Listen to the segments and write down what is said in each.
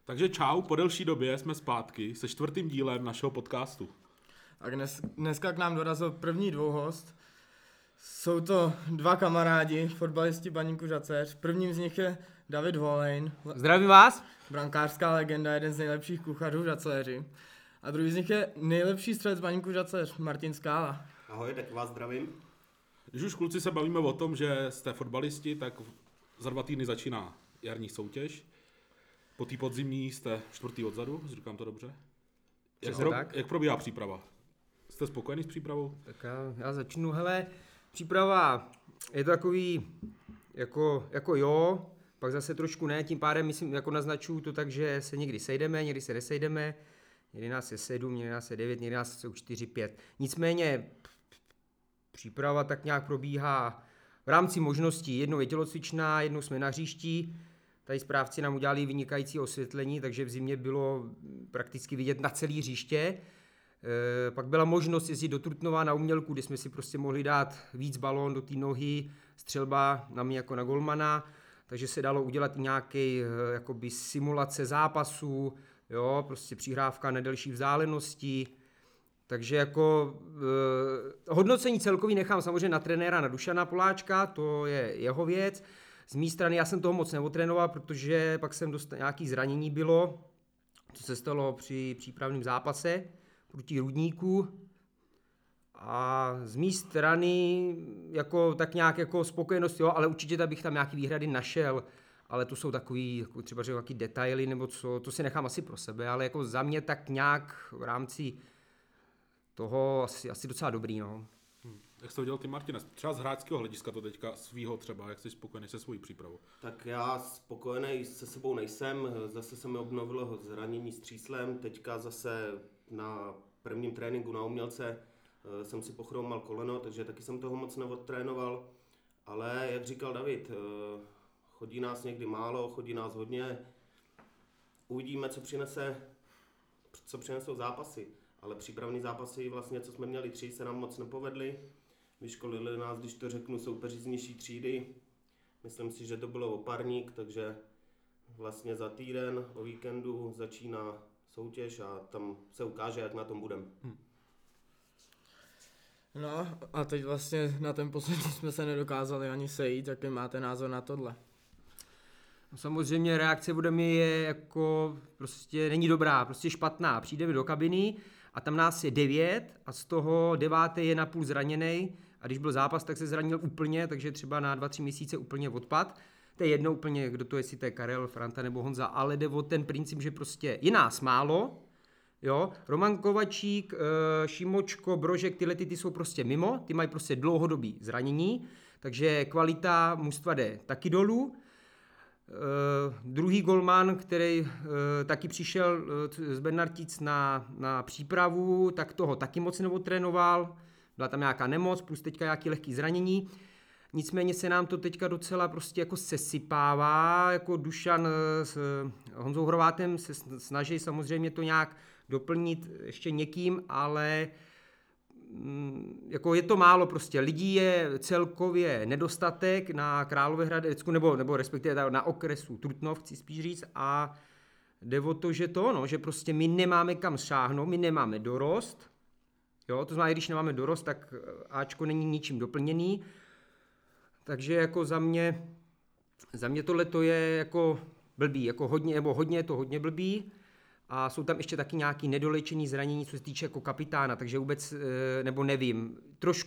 Takže čau, po delší době jsme zpátky se 4. dílem našeho podcastu. A dneska k nám dorazil první dvouhost. Jsou to dva kamarádi, fotbalisti Baníku Žaceř. Prvním z nich je David Volejn. Zdravím vás. Brankářská legenda, jeden z nejlepších kuchařů v Žaceři. A druhý z nich je nejlepší střelec Baníku Žaceř, Martin Skála. Ahoj, tak vás zdravím. Když už kluci se bavíme o tom, že jste fotbalisti, tak za 2 týdny začíná jarní soutěž. Po té podzimní jste 4. odzadu, říkám to dobře. Jak probíhá příprava? Jste spokojený s přípravou? Tak já začnu, hele, příprava je to takový, jako jo, pak zase trošku ne, tím pádem myslím, jako naznačuju to tak, že se někdy sejdeme, někdy se nesejdeme, někdy nás je 7, někdy nás je 9, někdy nás jsou 4, 5. Nicméně příprava tak nějak probíhá v rámci možností, jednou je tělocvičná, jednou jsme na hřišti. Tady správci nám udělali vynikající osvětlení, takže v zimě bylo prakticky vidět na celé hřiště. Pak byla možnost jezdit do Trutnova na umělku, kde jsme si prostě mohli dát víc balón do té nohy, střelba na mě jako na golmana, takže se dalo udělat i nějaký jakoby simulace zápasů, jo, prostě přihrávka na delší vzdálenosti. Takže jako hodnocení celkový nechám samozřejmě na trenéra, na Dušana Poláčka, to je jeho věc. Z mé strany já jsem toho moc neotrénoval, protože pak jsem dostal nějaké zranění bylo, co se stalo při přípravném zápase proti Rudníku. A z mé strany jako tak nějak jako spokojenost, jo, ale určitě bych tam nějaký výhrady našel, ale to jsou takový jako třeba nějaký detaily nebo co, to si nechám asi pro sebe, ale jako za mě tak nějak v rámci toho asi docela dobrý, no. Jak jsi to dělal ty, Martine? Třeba z hráčského hlediska to teďka svýho třeba, jak jsi spokojený se svojí přípravou? Tak já spokojený se sebou nejsem, zase se mi obnovilo zranění s tříslem, teďka zase na prvním tréninku na umělce jsem si pochromal koleno, takže taky jsem toho moc neodtrénoval, ale jak říkal David, chodí nás někdy málo, chodí nás hodně, uvidíme, co přinesou zápasy, ale přípravní zápasy vlastně, co jsme měli 3, se nám moc nepovedly. Vyškolili nás, když to řeknu, soupeři z nižší třídy. Myslím si, že to bylo Oparník, takže vlastně za týden o víkendu začíná soutěž a tam se ukáže, jak na tom budeme. No a teď vlastně na ten poslední jsme se nedokázali ani sejít, jaký máte názor na tohle? No samozřejmě reakce ode mě je jako prostě není dobrá, prostě špatná. Přijdeme do kabiny a tam nás je 9 a z toho 9. je napůl zraněný a když byl zápas, tak se zranil úplně, takže třeba na 2-3 měsíce úplně odpad. To je jedno úplně, kdo to je, jestli to je Karel, Franta nebo Honza, ale jde o ten princip, že prostě je nás málo, jo. Roman Kovačík, Šimočko, Brožek, tyhle ty jsou prostě mimo, ty mají prostě dlouhodobý zranění, takže kvalita mužstva jde taky dolů. Druhý golman, který taky přišel z Bernartic na přípravu, tak toho taky moc neotrénoval, byla tam nějaká nemoc, plus teďka nějaké lehké zranění. Nicméně se nám to teďka docela prostě jako sesypává, jako Dušan s Honzou Horvátem se snaží samozřejmě to nějak doplnit ještě někým, ale jako je to málo prostě, lidí je celkově nedostatek na Královéhradecku, nebo respektive na okresu Trutnov, chci spíš říct, a jde o to, že prostě my nemáme kam šáhnout, my nemáme dorost, jo, to znamená, když nemáme dorost, tak Ačko není ničím doplněný, takže jako za mě tohle to je jako blbý, jako hodně je to hodně blbý. A jsou tam ještě taky nějaký nedolečený zranění, co se týče jako kapitána, takže vůbec, nebo nevím,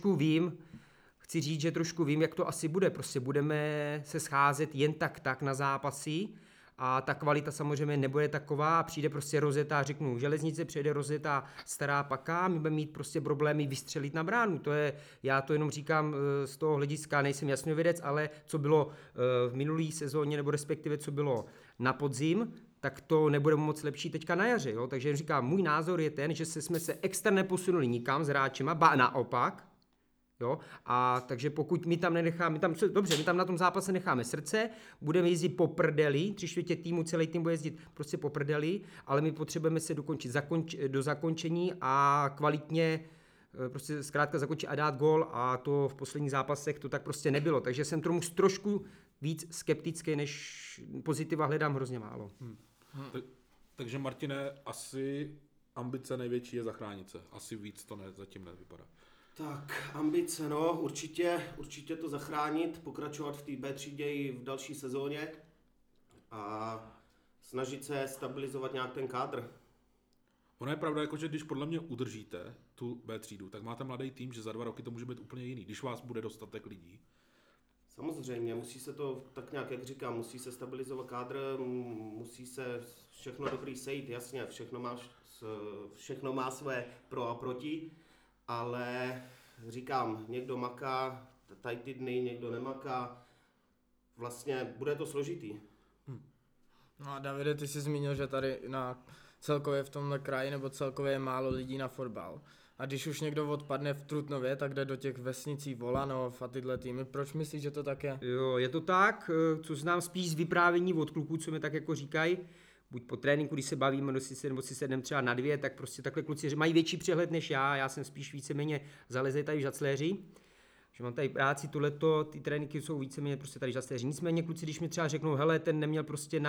chci říct, že trošku vím, jak to asi bude, prostě budeme se scházet jen tak na zápasy a ta kvalita samozřejmě nebude taková, přijde prostě rozeta, řeknu, Železnice přijde rozeta stará paka, my budeme mít prostě problémy vystřelit na bránu, já to jenom říkám z toho hlediska, nejsem jasnovědec, ale co bylo v minulý sezóně, nebo respektive co bylo na podzim, tak to nebude moc lepší teďka na jaře, jo? Takže říkám, můj názor je ten, že jsme se extra neposunuli nikam s hráčema, ba naopak, jo? A takže pokud my tam nenecháme, my tam na tom zápase necháme srdce, budeme jezdit po prdeli, 3/4 týmu, celý tým bude jezdit prostě po prdeli, ale my potřebujeme se dokončit do zakončení a kvalitně prostě zkrátka zakončit a dát gól a to v posledních zápasech to tak prostě nebylo, takže jsem tomu trošku víc skeptický, než pozitiva hledám hrozně málo. Takže Martine, asi ambice největší je zachránit se. Asi víc to zatím nevypadá. Tak, ambice, no, určitě to zachránit, pokračovat v té B třídě i v další sezóně a snažit se stabilizovat nějak ten kádr. Ono je pravda, že když podle mě udržíte tu B třídu, tak máte mladý tým, že za 2 roky to může být úplně jiný, když vás bude dostatek lidí. Samozřejmě, musí se to tak nějak, jak říkám, musí se stabilizovat kádr, musí se všechno dobrý sejít, jasně, všechno má své pro a proti, ale říkám, někdo maká, tady ty dny, někdo nemaká, vlastně bude to složitý. No a Davide, ty jsi zmínil, že tady celkově v tomhle kraji nebo celkově je málo lidí na fotbal. A když už někdo odpadne v Trutnově, tak jde do těch vesnicí Volanov a tyhle týmy. Proč myslíš, že to tak je? Jo, je to tak, co znám spíš z vyprávění od kluků, co mi tak jako říkají, buď po tréninku, když se bavíme, nebo si sedneme třeba na 2, tak prostě takhle kluci mají větší přehled než já jsem spíš víceméně zalezej tady v žacléři, že mám tady práci, tohleto, ty tréninky jsou víceméně prostě tady žacléři. Nicméně kluci, když mi třeba řeknou, hele, ten neměl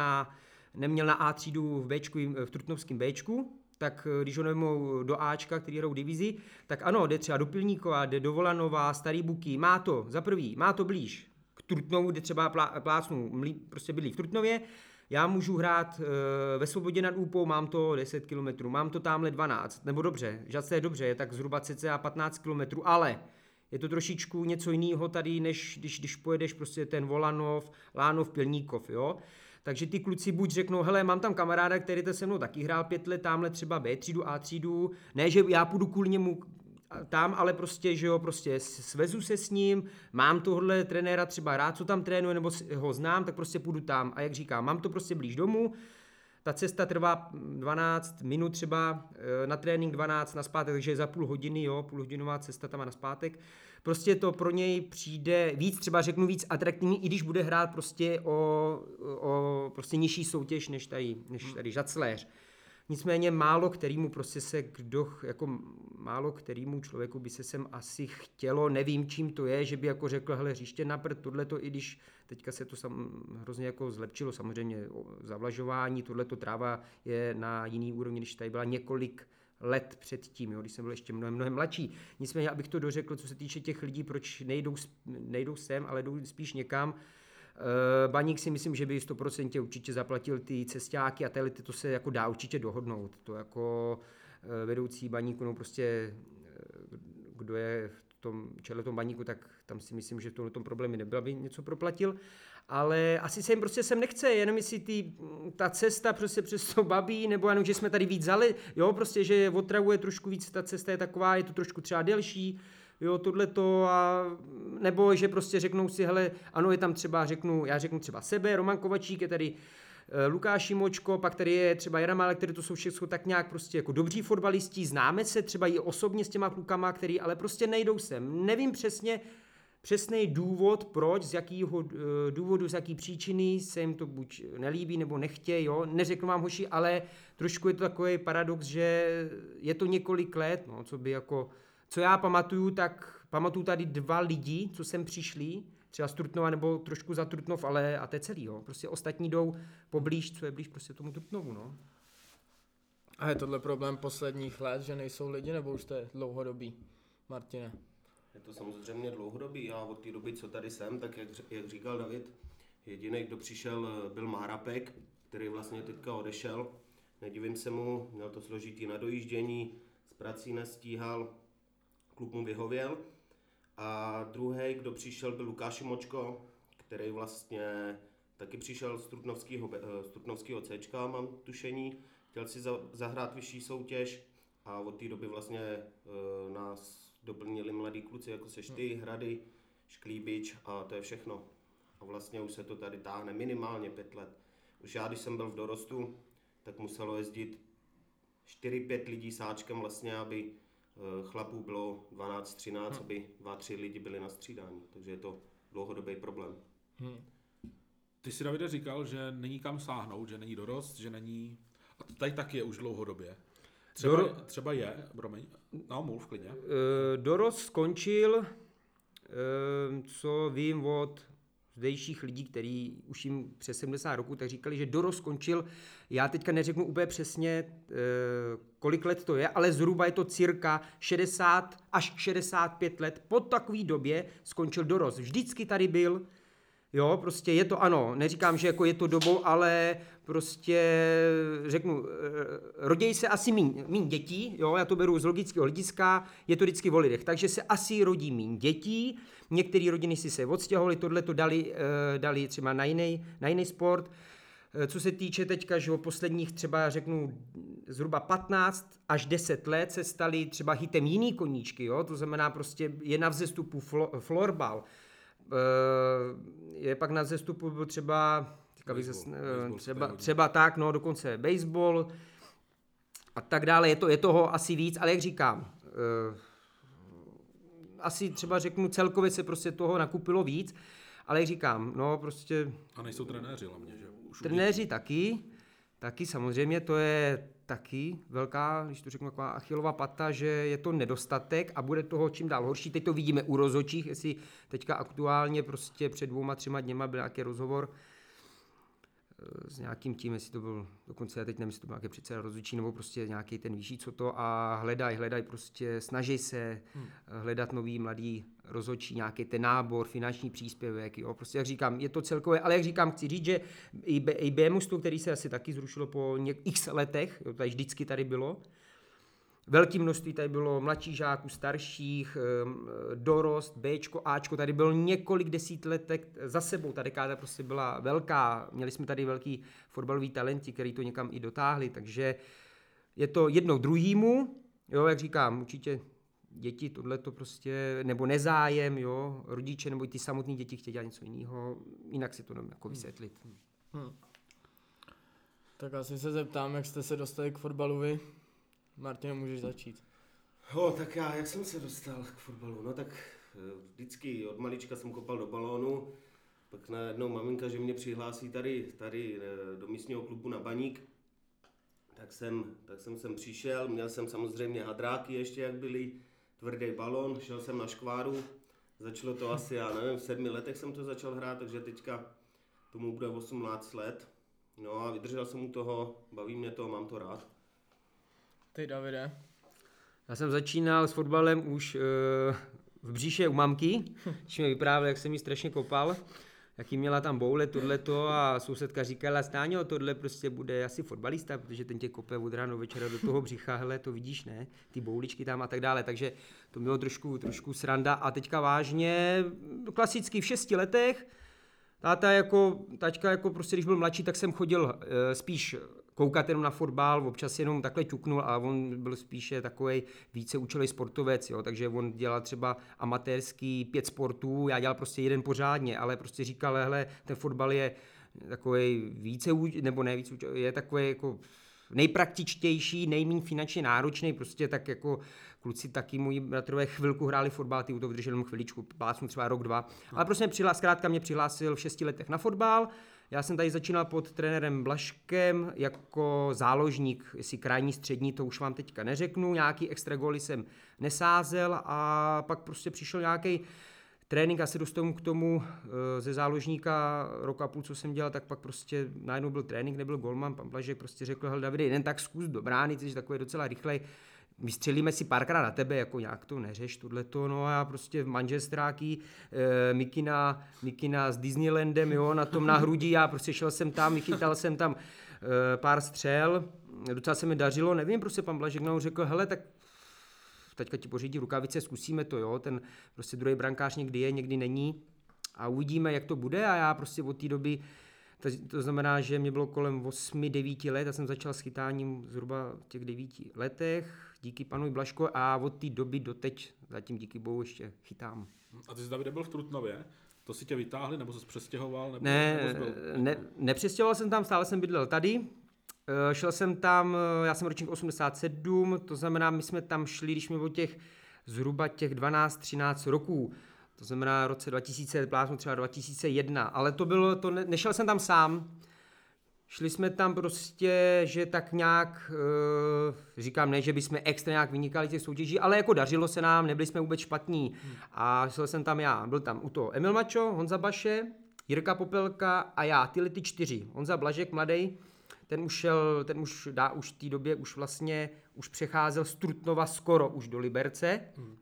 na A třídu v Trutnovském Bčku, tak když ho nevím do Ačka, který hrajou divizi, tak ano, jde třeba do Pilníkova, jde do Volanova, Starý Buky, má to blíž k Trutnovu, kde třeba prostě bydlí v Trutnově, já můžu hrát ve Svobodě nad Úpou, mám to 10 km, mám to tamhle 12, nebo dobře, Žadce je dobře, je tak zhruba cca 15 km, ale je to trošičku něco jiného tady, než když pojedeš prostě ten Volanov, Lánov, Pilníkov, jo. Takže ty kluci buď řeknou, hele, mám tam kamaráda, který to se mnou taky hrál 5 let, tamhle třeba B třídu, A třídu, ne, že já půjdu kvůli němu tam, ale prostě, že jo, prostě svezu se s ním, mám tohle trenéra třeba rád, co tam trénuje, nebo ho znám, tak prostě půjdu tam. A jak říkám, mám to prostě blíž domů, ta cesta trvá 12 minut třeba, na trénink 12, na zpátek, takže je za půl hodiny, jo, půlhodinová cesta tam a na zpátek. Prostě to pro něj přijde víc atraktivní, i když bude hrát prostě o prostě nižší soutěž než tady žacléř. Nicméně málo kterému člověku by se sem asi chtělo, nevím čím to je, že by jako řekl, hele, hřiště na prd, tohleto, i když teďka se to hrozně jako zlepšilo, samozřejmě zavlažování, tohleto tráva je na jiný úrovni, než tady byla několik let předtím, jo, když jsem byl ještě mnohem mladší. Nicméně, abych to dořekl, co se týče těch lidí, proč nejdou sem, ale jdou spíš někam. Baník si myslím, že by 100% určitě zaplatil ty cestáky a to se jako dá určitě dohodnout. To jako vedoucí Baníku, no prostě kdo je v tom čele tom Baníku, tak tam si myslím, že v tomhle problémy nebyl, aby něco proplatil. Ale asi se jim prostě sem nechce, jenom jestli ta cesta prostě přes to Babí, nebo jenom, že jsme tady víc jo, prostě, že otravuje trošku víc, ta cesta je taková, je to trošku třeba delší, jo, tohleto, a nebo že prostě řeknou si, hele, ano, je tam třeba, já řeknu třeba sebe, Roman Kovačík, je tady Lukáš Šimočko, pak tady je třeba Jara Málek, který to jsou všechno tak nějak prostě jako dobří fotbalisti, známe se třeba i osobně s těma klukama, který ale prostě nejdou sem. Nevím přesný důvod, proč, z jakého důvodu, z jaký příčiny se jim to buď nelíbí nebo nechtějí, jo, neřeknu vám, hoši, ale trošku je to takový paradox, že je to několik let, no, co já pamatuju, tak pamatuju tady 2 lidi, co sem přišli, třeba z Trutnova nebo trošku za Trutnov, ale a to je celý, jo. Prostě ostatní jdou poblíž, co je blíž prostě tomu Trutnovu, no. A je tohle problém posledních let, že nejsou lidi, nebo už to je dlouhodobý, Martine? Je to samozřejmě dlouhodobý, já od té doby, co tady jsem, tak jak říkal David, jediný, kdo přišel, byl Márapek, který vlastně teďka odešel. Nedivím se mu, měl to složitý na dojíždění, s prací nestíhal, klub mu vyhověl. A druhý, kdo přišel, byl Lukáš Šimočko, který vlastně taky přišel z Trutnovského Cčka, mám tušení, chtěl si zahrát vyšší soutěž a od té doby vlastně nás doplnili mladí kluci, jako seš ty, Hrady, Šklíbič a to je všechno. A vlastně už se to tady táhne minimálně 5 let. Už já, když jsem byl v dorostu, tak muselo jezdit 4-5 lidí sáčkem vlastně, aby chlapů bylo 12-13, aby 2-3 lidi byli na střídání. Takže je to dlouhodobý problém. Ty si, Davide, říkal, že není kam sáhnout, že není dorost, že není... A to tady taky je už dlouhodobě. Třeba je, promiň, no mluv klidně. Dorost skončil, co vím od zdejších lidí, který už jim přes 70 roku, tak říkali, že dorost skončil, já teďka neřeknu úplně přesně, kolik let to je, ale zhruba je to cirka 60 až 65 let. Po takové době skončil dorost. Vždycky tady byl, jo, prostě je to ano, neříkám, že jako je to dobou, ale prostě řeknu, rodějí se asi míň dětí, jo, já to beru z logického hlediska, je to vždycky o lidech, takže se asi rodí míň dětí, některé rodiny si se odstěhovali, tohle to dali třeba na jiný sport. Co se týče teďka, že posledních třeba řeknu zhruba 15 až 10 let se staly třeba hitem jiný koníčky, jo, to znamená prostě je na vzestupu florbal, je pak na vzestupu byl třeba tak, no dokonce baseball a tak dále, je toho asi víc, ale jak říkám, asi třeba řeknu celkově se prostě toho nakupilo víc, ale jak říkám, no prostě... A nejsou trenéři hlavně, že? Trenéři taky samozřejmě, to je taky velká, když to řeknu, taková Achillova pata, že je to nedostatek a bude toho čím dál horší. Teď to vidíme u rozhodčích, jestli teďka aktuálně prostě před 2-3 dněma byl nějaký rozhovor s nějakým tím, jestli to byl, dokonce já teď nevím, jestli to byl nějaký předseda rozhodčí, nebo prostě nějaký ten víší, co to a hledají prostě, snaží se hledat nový mladý rozhodčí, nějaký ten nábor, finanční příspěvek, jo, prostě jak říkám, je to celkové, ale jak říkám, chci říct, že i BMUstu, který se asi taky zrušilo po x letech, jo, tady vždycky tady bylo, velké množství tady bylo mladších žáků, starších, dorost, Bčko, Ačko, tady bylo několik desítletek za sebou, ta dekáda prostě byla velká, měli jsme tady velký fotbalový talenti, který to někam i dotáhli, takže je to jednou druhýmu, jo, jak říkám, určitě děti tohleto prostě, nebo nezájem, jo, rodiče nebo i ty samotní děti chtějí dělat něco jiného, jinak si to nevím jako vysvětlit. Tak asi se zeptám, jak jste se dostali k fotbalu vy? Martin, můžeš začít. Tak já, jak jsem se dostal k fotbalu? No tak vždycky od malička jsem kopal do balónu, pak najednou maminka, že mě přihlásí tady do místního klubu na Baník, tak jsem sem přišel, měl jsem samozřejmě hadráky ještě, jak byly, tvrdý balón, šel jsem na škváru, začalo to asi, já nevím, v 7 letech jsem to začal hrát, takže teďka tomu bude 18 let. No a vydržel jsem u toho, baví mě to, mám to rád. Ty, Davide? Já jsem začínal s fotbalem už v břiše u mamky, když mi vyprávěl, jak jsem jí strašně kopal, jaký měla tam boule, tohleto a sousedka říkala, Stáňo, tohle prostě bude asi fotbalista, protože ten tě kope od rána do večera do toho břicha, hele, to vidíš, ne, ty bouličky tam a tak dále, takže to bylo trošku sranda a teďka vážně, klasicky v 6 letech, taťka jako prostě, když byl mladší, tak jsem chodil spíš koukat jenom na fotbal, občas jenom takhle ťuknul a on byl spíše takovej více účelový sportovec, jo, takže on dělal třeba amatérský 5 sportů, já dělal prostě jeden pořádně, ale prostě říkal, hele, ten fotbal je takovej je takový jako nejpraktičtější, nejméně finančně náročný, prostě tak jako kluci taky moji bratrové chvilku hráli fotbal, ty u toho vydrželi jenom chviličku, plácnu třeba rok, 2, ale prostě zkrátka mě přihlásil v 6 letech na fotbal. Já jsem tady začínal pod trenérem Blažkem jako záložník, jestli krajní, střední, to už vám teďka neřeknu, nějaký extra góly jsem nesázel a pak prostě přišel nějaký trénink, asi dostanu k tomu ze záložníka rok a půl, co jsem dělal, tak pak prostě najednou byl trénink, nebyl golman, pan Blažek prostě řekl, hele Davide, jeden tak zkus do brány, ty jsi takový docela rychlej, vystřelíme si párkrát na tebe, jako nějak to neřeš, tohleto, no a já prostě v manžestráky, Mikina s Disneylandem, jo, na tom na hrudi, já prostě šel jsem tam, vychytal jsem tam pár střel, docela se mi dařilo, nevím, prostě pan Blažek nám řekl, hele, tak teďka ti pořídí rukavice, zkusíme to, jo, ten prostě druhý brankář někdy je, někdy není a uvidíme, jak to bude a já prostě od té doby, to znamená, že mě bylo kolem 8-9 let, já jsem začal s chytáním zhruba v těch 9 letech, díky panu Blažko a od té doby doteď, zatím díky bohu ještě chytám. A ty jsi, Davide, byl v Trutnově? To si tě vytáhli, nebo jsi přestěhoval? Nebo nepřestěhoval jsem tam, stále jsem bydlel tady. Šel jsem tam, já jsem ročník 87, to znamená, my jsme tam šli, když mi bylo zhruba těch 12-13 roků. To znamená v roce 2000, plásnu třeba 2001, ale nešel jsem tam sám. Šli jsme tam prostě, že tak nějak, říkám ne, že bychom extra nějak vynikali těch soutěží, ale jako dařilo se nám, nebyli jsme vůbec špatní. A šel jsem tam já, byl tam u toho Emil Mačo, Honza Baše Jirka Popelka a já, tyhle ty 4. Honza Blažek, mladý, ten už v té době už přecházel z Trutnova skoro už do Liberce.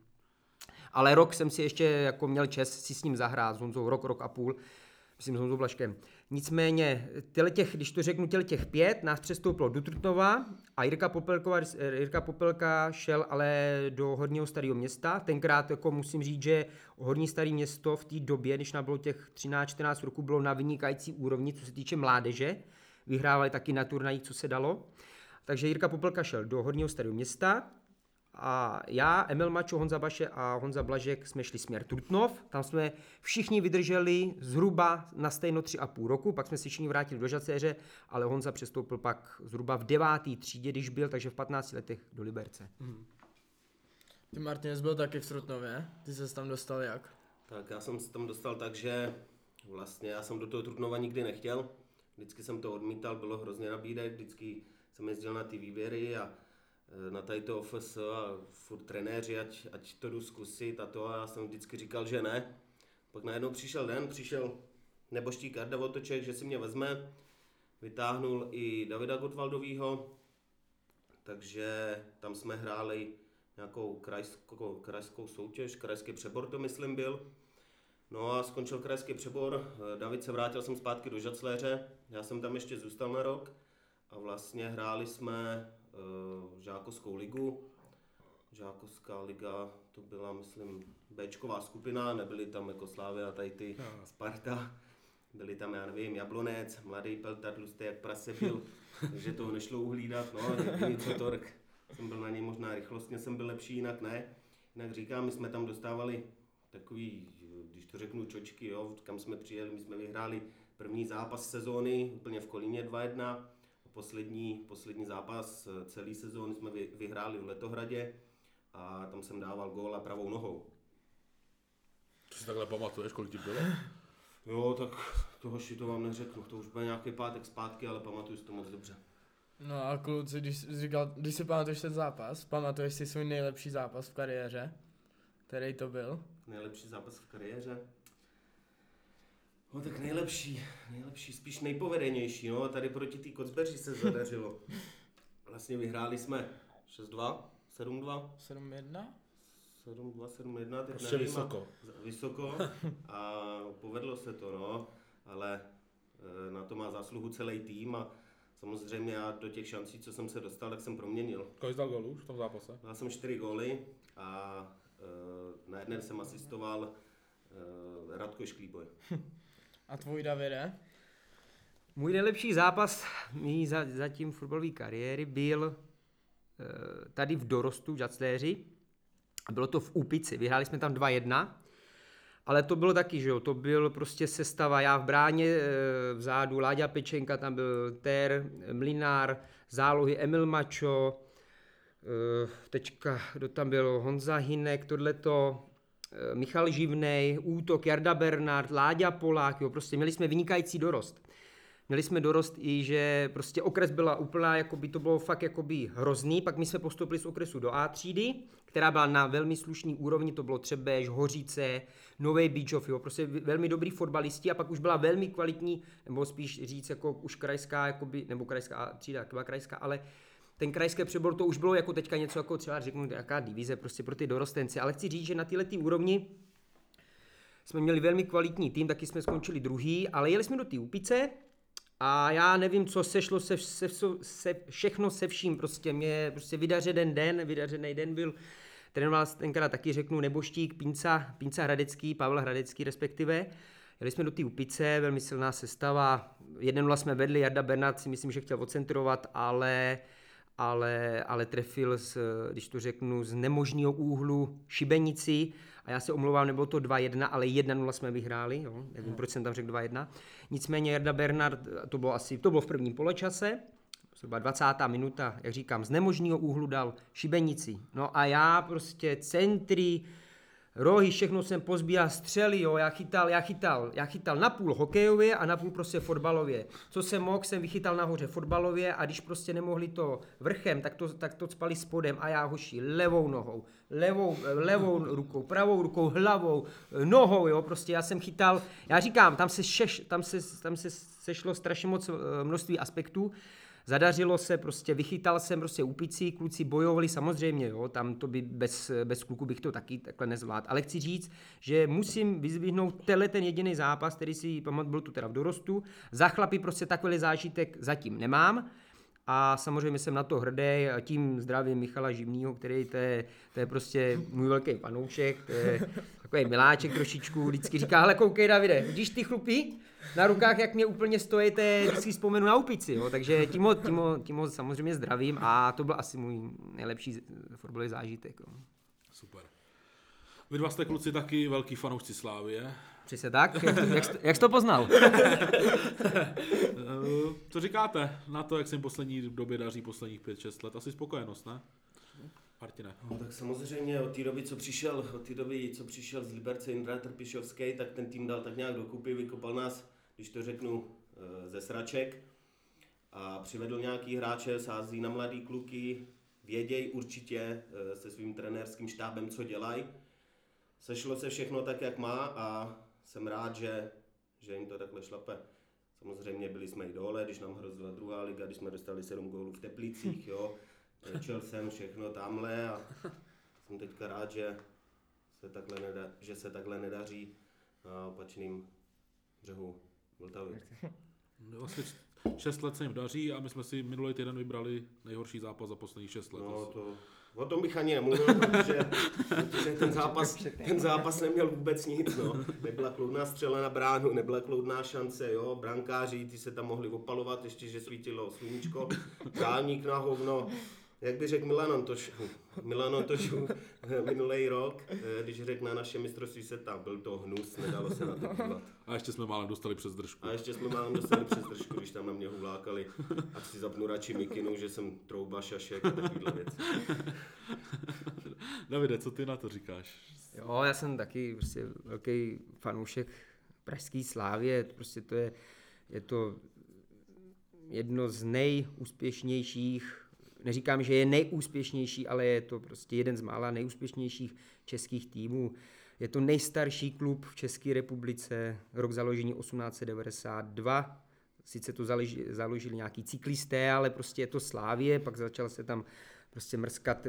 Ale rok jsem si ještě jako měl čest si s ním zahrát, s Honzou rok a půl, myslím s Honzou Blažkem. Nicméně, když to řeknu, těch 5 nás přestoupilo do Trutnova a Jirka Popelka šel ale do Horního Starého Města. Tenkrát jako musím říct, že Horní Staré Město v té době, když nám bylo těch 13-14 roků, bylo na vynikající úrovni, co se týče mládeže. Vyhrávali taky na turnajích, co se dalo. Takže Jirka Popelka šel do Horního Starého Města a já, Emil Mačo, Honza Baše a Honza Blažek jsme šli směr Trutnov. Tam jsme všichni vydrželi zhruba na stejno 3,5 roku, pak jsme se všichni vrátili do Žacéře, ale Honza přestoupil pak zhruba v 9. třídě, když byl, takže v 15 letech do Liberce. Ty Martinez byl taky v Trutnově, ty ses tam dostal jak? Tak já jsem se tam dostal tak, že vlastně já jsem do toho Trutnova nikdy nechtěl. Vždycky jsem to odmítal, bylo hrozně nabídek, vždycky jsem jezdil na ty výběry a na tady to OFS a furt trenéři, ať to jdu zkusit a to, a já jsem vždycky říkal, že ne. Pak najednou přišel neboštík Jarda Otoček, že si mě vezme, vytáhnul i Davida Gottwaldovýho, takže tam jsme hráli nějakou krajskou soutěž, krajský přebor to myslím byl. No a skončil krajský přebor, David se vrátil jsem zpátky do Žacléře, já jsem tam ještě zůstal na rok a vlastně hráli jsme žákovskou ligu. Žákovská liga to byla, myslím, Bčková skupina, nebyly tam jako Slávy a tady ty Sparta. Byli tam, já nevím, Jablonec, mladý Peltar, tlustý jak prase byl, takže toho nešlo uhlídat, no, jediný co Tork. Jsem byl na něj možná rychlostně, jsem byl lepší, jinak ne. Jinak říkám, my jsme tam dostávali takový, když to řeknu, čočky, jo, kam jsme přijeli, my jsme vyhráli první zápas sezóny, úplně v Kolíně 2-1. Poslední zápas celé sezóny jsme vyhráli v Letohradě a tam jsem dával gól a pravou nohou. To si takhle pamatuješ, kolik ti bylo? Jo, tak to vám neřeknu, to už byl nějaký pátek zpátky, ale pamatuju si to moc dobře. No a kluci, když si pamatuješ ten zápas, pamatuješ si svůj nejlepší zápas v kariéře? Který to byl? Nejlepší zápas v kariéře? No tak nejlepší, spíš nejpovedenější, no, tady proti té Kocbeři se zadařilo. Vlastně vyhráli jsme 6-2, 7-2. 7-1? 7-2, teď ještě nevím. Vysoko A povedlo se to, no, ale na to má zásluhu celý tým a samozřejmě já do těch šancí, co jsem se dostal, tak jsem proměnil. Kolik dal gólů v tom zápase? Dal jsem 4 góly a na jeden jsem asistoval Radko Šklíboj. A tvůj, Davide? Můj nejlepší zápas mý zatím fotbalové kariéry byl tady v dorostu v Žacléři. Bylo to v Úpici, vyhráli jsme tam 2-1, ale to bylo taky, že jo, to byl prostě sestava, já v bráně vzadu, Láďa Pečenka, tam byl Ter, Mlinár, zálohy Emil Mačo, kdo tam byl, Honza Hinek, tohleto, Michal Živnej, útok Jarda Bernard, Láďa Polák, jo, prostě měli jsme vynikající dorost. Měli jsme dorost i, že prostě okres byla úplná, jakoby to bylo fakt jakoby hrozný, pak my jsme postoupili z okresu do A třídy, která byla na velmi slušný úrovni, to bylo Třebeš, Hořice, Nový Bíčov, jo, prostě velmi dobrý fotbalisti a pak už byla velmi kvalitní, nebo spíš říct jako už krajská, jakoby, nebo krajská třída, byla krajská, ale ten krajský přebor to už bylo jako teďka něco jako třeba řeknu jaká divize prostě pro ty dorostence, ale chci říct, že na této úrovni jsme měli velmi kvalitní tým, taky jsme skončili druhý, ale jeli jsme do té Úpice a já nevím, co sešlo všechno se vším, prostě mě prostě vydařený den byl, trénoval tenkrát taky řeknu neboštík Pínca Hradecký, Pavel Hradecký respektive. Jeli jsme do té Úpice, velmi silná sestava, 1-0 jsme vedli, Jarda Bernard si myslím, že chtěl odcentrovat, ale trefil, když to řeknu, z nemožného úhlu šibenici a já se omlouvám, nebylo to 2-1, ale 1-0 jsme vyhráli, jo, nevím, proč jsem tam řekl 2-1. Nicméně Jarda Bernard, to bylo v prvním poločase, zhruba 20. minuta, jak říkám, z nemožného úhlu dal šibenici. No a já prostě centry, rohy, všechno jsem pozbíral, střely, jo, já chytal napůl hokejově a napůl prostě fotbalově. Co jsem mohl, jsem vychytal nahoře fotbalově a když prostě nemohli to vrchem, tak to cpali spodem a já hoši levou nohou, levou rukou, pravou rukou, hlavou, nohou, jo, prostě já jsem chytal, já říkám, tam se sešlo strašně moc množství aspektů. Zadařilo se, prostě vychytal jsem prostě úpicí, kluci bojovali samozřejmě, jo, tam to by bez kluku bych to taky takhle nezvládl. Ale chci říct, že musím vyzvihnout ten jediný zápas, který si pamatuju, byl to teda v dorostu. Za chlapy prostě takový zážitek zatím nemám. A samozřejmě jsem na to hrdý, tím zdravím Michala Živnýho, který to je prostě můj velký fanoušek, to je takový miláček trošičku, vždycky říká, hele koukej Davide, vidíš ty chlupy na rukách, jak mě úplně stojíte, vždycky vzpomenu na Úpici, jo? Takže tím ho samozřejmě zdravím a to byl asi můj nejlepší fotbalový zážitek. Jo. Super. Vy dva jste kluci taky velký fanoušci Slávie. Přesně tak, jak jsi to poznal? Co říkáte na to, jak se jim poslední době daří posledních 5-6 let? Asi spokojenost, ne? Martine. No, tak samozřejmě od té doby, co přišel z Liberce Indra Trpišovský, tak ten tým dal tak nějak dokupy, vykopal nás, když to řeknu, ze sraček a přivedl nějaký hráče, sází na mladý kluky, věděj určitě se svým trenérským štábem, co dělají. Sešlo se všechno tak, jak má a jsem rád, že jim to takhle šlape. Samozřejmě byli jsme i dole, když nám hrozila druhá liga, když jsme dostali 7 gólů v Teplicích, jo. Řečel jsem všechno tamhle a jsem teďka rád, že se takhle nedaří na opačným břehu Vltavy. Vlastně 6 let se jim daří a my jsme si minulý týden vybrali nejhorší zápas za posledních 6 let. No o tom bych ani nemluvil, protože ten zápas neměl vůbec nic. No. Nebyla kloudná střela na bránu, nebyla kloudná šance, jo. Brankáři, ty se tam mohli opalovat, ještě že svítilo sluníčko, trávník na hovno. Jak by řekl Milan Ontošů minulý rok, když řekl na naše mistrovství světa, byl to hnus, nedalo se na to dívat. A ještě jsme málem dostali přes držku. Když tam na mě hulákali, ať si zapnu radši mikinu, že jsem trouba, šašek a takovýhle věc. Davide, co ty na to říkáš? Jo, já jsem taky prostě velký fanoušek pražské Slávie, prostě je to jedno z nejúspěšnějších, neříkám, že je nejúspěšnější, ale je to prostě jeden z mála nejúspěšnějších českých týmů. Je to nejstarší klub v České republice, rok založení 1892. Sice to založili nějaký cyklisté, ale prostě je to Slávie, pak začal se tam prostě mrskat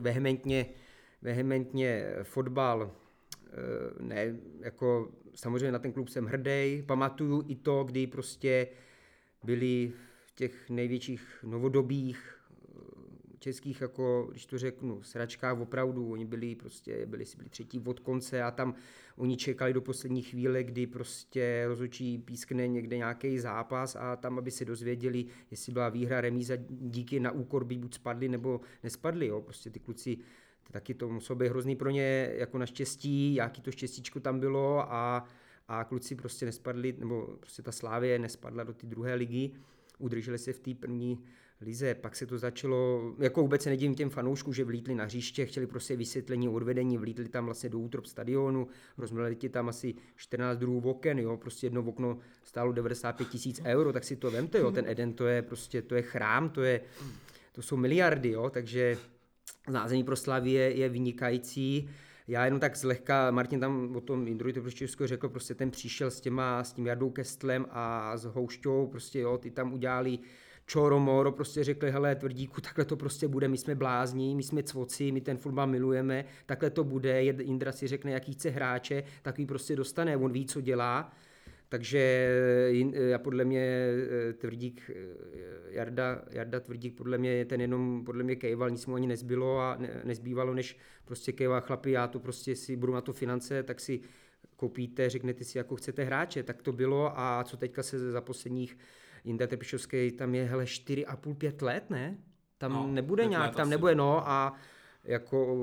vehementně fotbal. Ne, jako samozřejmě na ten klub jsem hrdý. Pamatuju i to, kdy prostě byli v těch největších novodobých českých, jako, když to řeknu, sračkách opravdu, oni byli třetí od konce a tam oni čekali do poslední chvíle, kdy prostě rozhodčí pískne někde nějaký zápas a tam, aby se dozvěděli, jestli byla výhra, remíza, díky na úkor by buď spadli nebo nespadli, jo, prostě ty kluci, taky to muselo být hrozný pro ně, jako naštěstí, jaký to štěstíčko tam bylo a kluci prostě nespadli, nebo prostě ta Slávie nespadla do té druhé ligy, udrželi se v té první lize, pak se to začalo, jako vůbec se nedivím těm fanouškům, že vlítli na hřiště, chtěli prostě vysvětlení, odvedení, vlítli tam vlastně do útrop stadionu, rozměli ti tam asi 14 druhů oken, jo, prostě jedno okno stálo 95 000 euro, tak si to vemte, jo, ten Eden, to je prostě, to je chrám, to jsou miliardy, jo, takže zázemí pro Slavii je vynikající. Já jenom tak zlehka, Martin tam o tom Indrovi Trpišovského řekl, prostě ten přišel s tím Jardou Kestlem a s Houšťou, prostě jo, ty tam udělali čoro moro, prostě řekli, hele Tvrdíku, takhle to prostě bude, my jsme blázni, my jsme cvoci, my ten fotbal milujeme, takhle to bude, Indra si řekne, jaký chce hráče, takový prostě dostane, on ví, co dělá, takže podle mě Tvrdík, Jarda Tvrdík podle mě je ten jenom, podle mě kejval, nic mu ani nezbylo a nezbývalo, než prostě kejval, chlapi, já to prostě si budu na to finance, tak si koupíte, řeknete si, jako chcete hráče, tak to bylo a co teďka se za posledních Jindra Trpišovský, tam je 4,5-5 let, ne? Tam nebude nějak, tam nebude, no a jako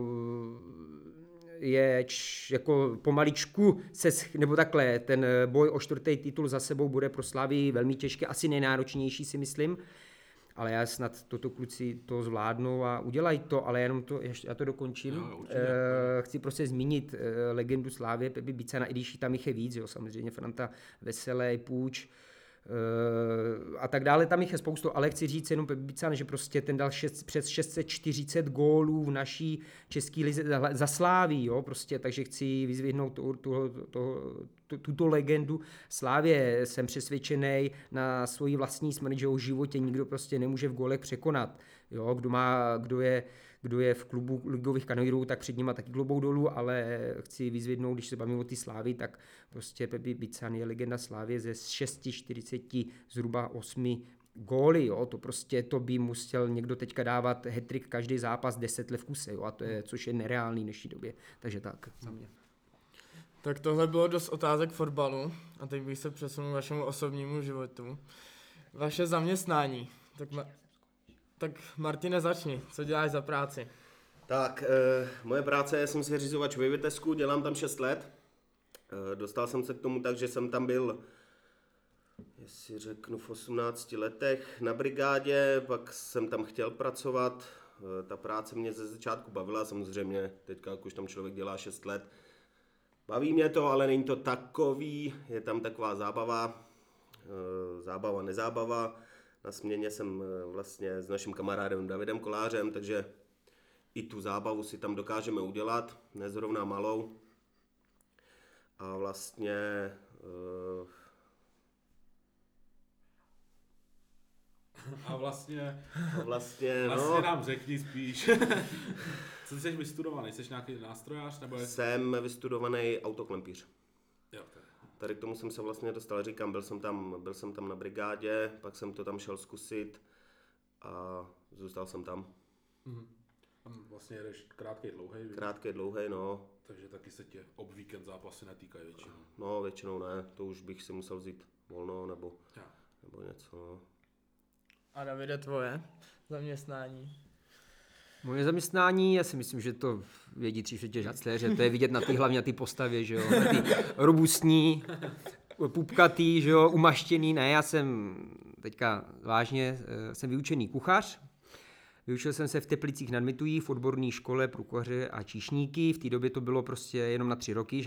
je jako pomaličku nebo takhle, ten boj o 4. titul za sebou bude pro Slavii velmi těžký, asi nejnáročnější si myslím. ale já snad toto kluci to zvládnou a udělají to, ale jenom to, já to dokončím. Jo, chci prostě zmínit legendu Slávie Pepi Bicana, i když tam jich je víc, jo, samozřejmě Franta Veselý, Půjč, a tak dále, tam jich je spoustu, ale chci říct jenom Pepi Bican, že prostě ten dal přes 640 gólů v naší české lize za Slávii, jo, prostě, takže chci vyzvihnout tuto legendu Slávie. Jsem přesvědčený na svoji vlastní smrt, že ho v životě nikdo prostě nemůže v gólech překonat, jo, kdo je v klubu ligových kanonýrů, tak před nima taky klobouk dolů, ale chci vyzvednout, když se bavíme o té Slávii, tak prostě Pepi Bican je legenda Slávie ze 640 zhruba 8 góly, jo, to prostě to by musel někdo teďka dávat hat-trick každý zápas 10 let v kuse, jo, a to je, což je nereálný v dnešní době, takže tak za mě. Tak tohle bylo dost otázek fotbalu a teď bych se přesunul k vašemu osobnímu životu. Vaše zaměstnání, tak Martine, začni, co děláš za práci? Tak, moje práce je, jsem seřizovač ve Vitesku, dělám tam 6 let. Dostal jsem se k tomu tak, že jsem tam byl, jestli řeknu, v 18 letech na brigádě, pak jsem tam chtěl pracovat. Ta práce mě ze začátku bavila, samozřejmě, teďka už tam člověk dělá 6 let. Baví mě to, ale není to takový, je tam taková zábava, nezábava. Na směně jsem vlastně s naším kamarádem Davidem Kolářem, takže i tu zábavu si tam dokážeme udělat, ne zrovna malou. A vlastně... Vlastně nám řekni spíš. Co jsi vystudovaný? Jsi nějaký nástrojář? Nebo Jsem vystudovaný autoklempíř. Jo, tady k tomu jsem se vlastně dostal, říkám, byl jsem tam na brigádě, pak jsem to tam šel zkusit a zůstal jsem tam. Tam vlastně jedeš Krátký, dlouhý, no. Takže taky se tě víkend zápasy netýkají většinou. No, většinou ne, to už bych si musel vzít volno nebo něco, no. A Davide, tvoje zaměstnání? Moje zaměstnání, já si myslím, že to vědí 3/4 žacléře, to je vidět na hlavně na té postavě, že jo, na ty robustní, pupkatý, že jo, umaštěný, ne, já jsem teďka vážně, jsem vyučený kuchař, vyučil jsem se v Teplicích nad Mitují v odborné škole pro kuchaře a číšníky, v té době to bylo prostě jenom na 3 roky,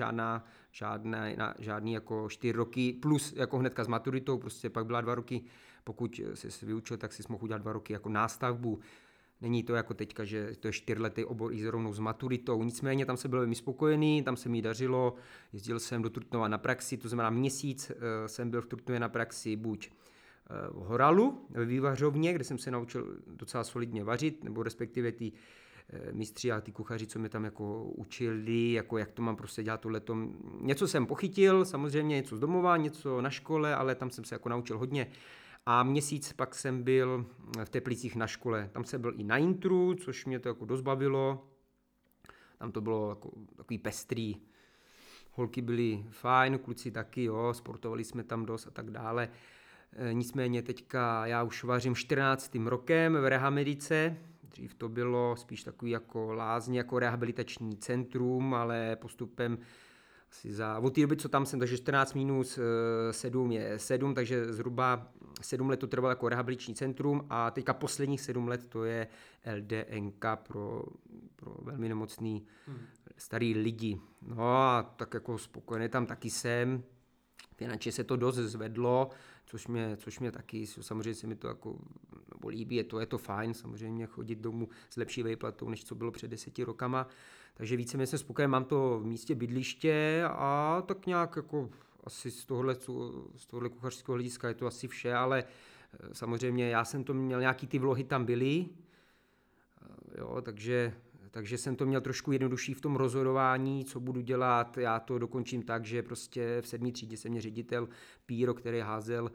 žádný jako 4 roky, plus jako hnedka s maturitou, prostě pak byla 2 roky, pokud jsi vyučil, tak si mohl udělat 2 roky jako nástavbu. Není to jako teďka, že to je 4letý obor i rovnou s maturitou. Nicméně tam se byl velmi spokojený, tam se mi dařilo. Jezdil jsem do Trutnova na praxi, to znamená měsíc jsem byl v Trutnově na praxi buď v Horalu, ve vývařovně, kde jsem se naučil docela solidně vařit, nebo respektive ty mistři a ty kuchaři, co mě tam jako učili, jako jak to mám prostě dělat tohleto. Něco jsem pochytil, samozřejmě něco z domova, něco na škole, ale tam jsem se jako naučil hodně. A měsíc pak jsem byl v Teplicích na škole. Tam jsem byl i na intru, což mě to jako dost bavilo. Tam to bylo jako takový pestrý. Holky byly fajn, kluci taky, jo, sportovali jsme tam dost a tak dále. Nicméně teďka já už vařím 14. rokem v Rehamedice. Dřív to bylo spíš takový jako lázně, jako rehabilitační centrum, ale postupem od té doby, co tam jsem, takže 14 minus 7 je 7, takže zhruba 7 let to trvalo jako rehabilitační centrum a teďka posledních 7 let to je LDNK pro velmi nemocný starý lidi. No a tak jako spokojený tam taky jsem. Finančně se to dost zvedlo, což mě taky, samozřejmě se mi to jako líbí, je to fajn, samozřejmě chodit domů s lepší výplatou, než co bylo před 10 rokama. Takže víceméně jsem spokojený, mám to v místě bydliště a tak nějak jako asi z tohohle kuchařského hlediska je to asi vše, ale samozřejmě já jsem to měl, nějaký ty vlohy tam byly, jo, takže jsem to měl trošku jednodušší v tom rozhodování, co budu dělat. Já to dokončím tak, že prostě v 7. třídě se mě ředitel Píro, který házel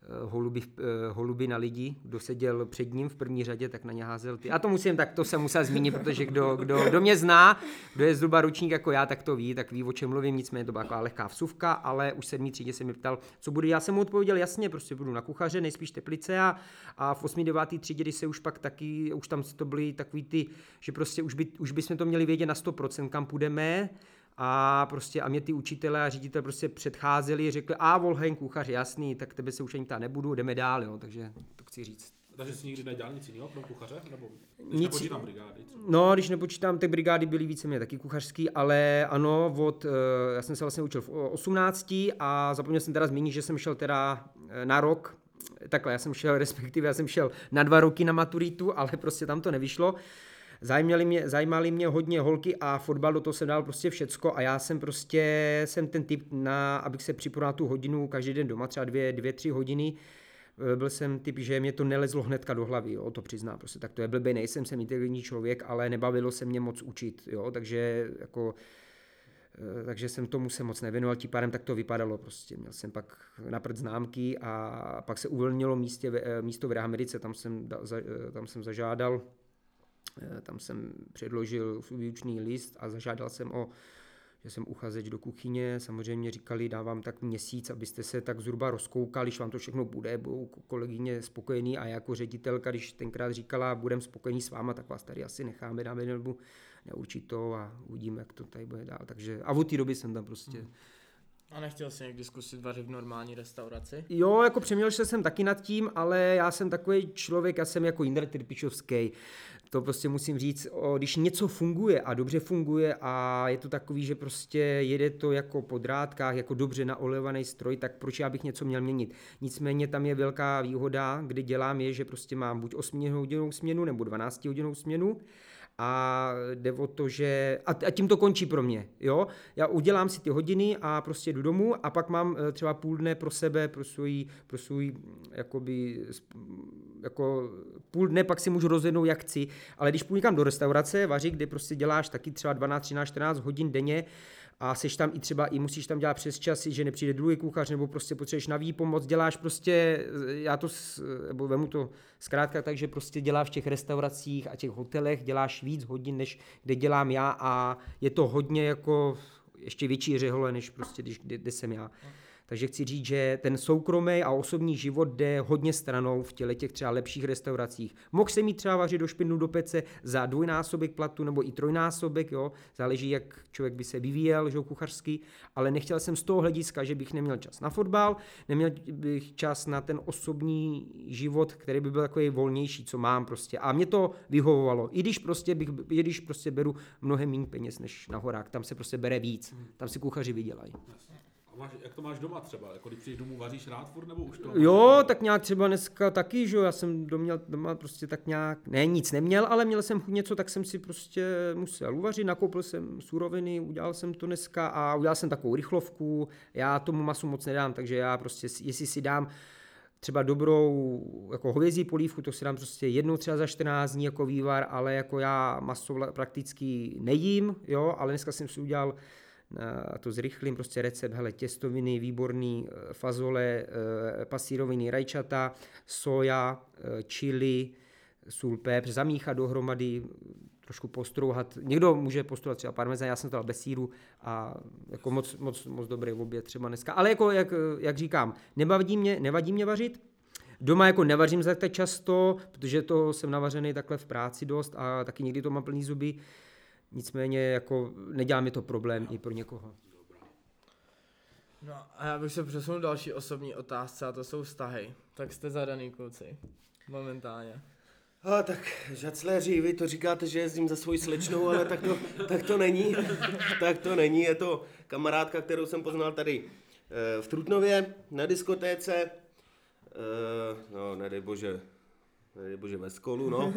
holuby na lidi, kdo seděl před ním v první řadě, tak na ně házel ty. A to jsem musel zmínit, protože kdo mě zná, kdo je zhruba ročník jako já, tak to ví, o čem mluvím, nicméně to byla taková lehká vsuvka, ale už v 7. třídě se mi ptal, co bude. Já jsem mu odpověděl jasně, prostě budu na kuchaře, nejspíš Teplice a v 8. 9. třídě, když se už pak taky, už tam to byly takový ty, že prostě už bychom to měli vědět na 100%, kam půjdeme. A mě ty učitelé a ředitel prostě předcházeli, řekli, Volheim, kuchař, jasný, tak tebe se už ani ptát nebudu, jdeme dál, jo, takže to chci říct. Takže jsi nikdy nedělal nic jiného pro kuchaře? Nebo Nic- nepočítám brigády? Třeba? No, když nepočítám, ty brigády byly víceméně taky kuchařský, ale ano, já jsem se vlastně učil v 18 a zapomněl jsem teda zmínit, že jsem šel teda na rok, takhle, já jsem šel na 2 roky na maturitu, ale prostě tam to nevyšlo. Zajímaly mě hodně holky a fotbal, do toho jsem dal prostě všecko a já jsem ten typ, abych se připravil na tu hodinu každý den doma, třeba 2-3 hodiny. Byl jsem typ, že mě to nelezlo hnedka do hlavy, jo, to přiznám, prostě tak to je blbý, nejsem jsem inteligentní člověk, ale nebavilo se mě moc učit, jo, takže jsem tomu se moc nevěnoval, tím pádem tak to vypadalo prostě. Měl jsem pak napřed známky a pak se uvolnilo místo v Rehamedice, tam jsem zažádal, tam jsem předložil výučný list a zažádal jsem že jsem uchazeč do kuchyně, samozřejmě říkali, dávám tak měsíc, abyste se tak zhruba rozkoukali, když vám to všechno budou kolegyně spokojení a jako ředitelka, když tenkrát říkala, budeme spokojení s váma, tak vás tady asi necháme, dáme nebo neurčito a uvidíme, jak to tady bude dál. Takže a od té doby jsem tam prostě... A nechtěl jsi někdy zkusit vařit v normální restauraci? Jo, jako přemýšlel jsem taky nad tím, ale já jsem takový člověk, já jsem jako Jindra Trpišovský. To prostě musím říct, když něco funguje a dobře funguje a je to takový, že prostě jede to jako po drátkách, jako dobře naolejovaný stroj, tak proč já bych něco měl měnit? Nicméně tam je velká výhoda, kdy dělám je, že prostě mám buď 8hodinovou směnu nebo 12hodinovou směnu. A jde o to, že... A tím to končí pro mě, jo? Já udělám si ty hodiny a prostě jdu domů a pak mám třeba půl dne pro sebe, pro svůj jakoby, jako půl dne pak si můžu rozhodnout, jak chci. Ale když půjdu někam do restaurace, vaří, kde prostě děláš taky třeba 12, 13, 14 hodin denně, a seš tam i musíš tam dělat přes časy, že nepřijde druhý kuchař, nebo prostě potřebuješ na výpomoc, děláš prostě, nebo vemu to zkrátka tak, že prostě děláš v těch restauracích a těch hotelech, děláš víc hodin, než kde dělám já a je to hodně jako ještě větší řehole, než prostě kde jsem já. Takže chci říct, že ten soukromý a osobní život jde hodně stranou v těch třeba lepších restauracích. Mohl jsem mít třeba vařit do špindlu do pece za 2násobek platu nebo i 3násobek, jo, záleží, jak člověk by se vyvíjel, že kuchařský, ale nechtěl jsem z toho hlediska, že bych neměl čas na fotbal, neměl bych čas na ten osobní život, který by byl takový volnější, co mám prostě. A mě to vyhovovalo, i když prostě beru mnohem méně peněz než na horách, tam se prostě bere víc, tam si kuchaři vydělají. Jak to máš doma třeba? Jako když přijdeš domů, vaříš rád furt nebo už to? Jo, tak nějak třeba dneska taky, že jo, já jsem doma prostě tak nějak, nic neměl, ale měl jsem chuť něco, tak jsem si prostě musel uvařit, nakoupil jsem suroviny, udělal jsem to dneska a udělal jsem takovou rychlovku, já tomu masu moc nedám, takže já prostě, jestli si dám třeba dobrou jako hovězí polívku, to si dám prostě jednou třeba za 14 dní jako vývar, ale jako já maso prakticky nejím, jo, ale dneska jsem si udělal a to zrychlím, prostě recept, hele, těstoviny, výborný, fazole, pasíroviny, rajčata, soja, chili, sůl, pepř, zamíchat dohromady, trošku postrouhat. Někdo může postrouhat třeba parmezán, já jsem to dal bez sýru a jako moc dobrý oběd třeba dneska. Ale jako, jak říkám, nevadí mě vařit. Doma jako nevařím tak často, protože to jsem navařený takhle v práci dost a taky někdy to mám plný zuby. Nicméně jako nedělá mi to problém i pro někoho. No a já bych se přesunul další osobní otázce a to jsou vztahy. Tak jste zadaný kluci. Momentálně. Tak žacléři, vy to říkáte, že jezdím za svojí slečnou, ale tak to není. Tak to není, je to kamarádka, kterou jsem poznal tady v Trutnově na diskotéce. No, nedej bože ve Skolu, no.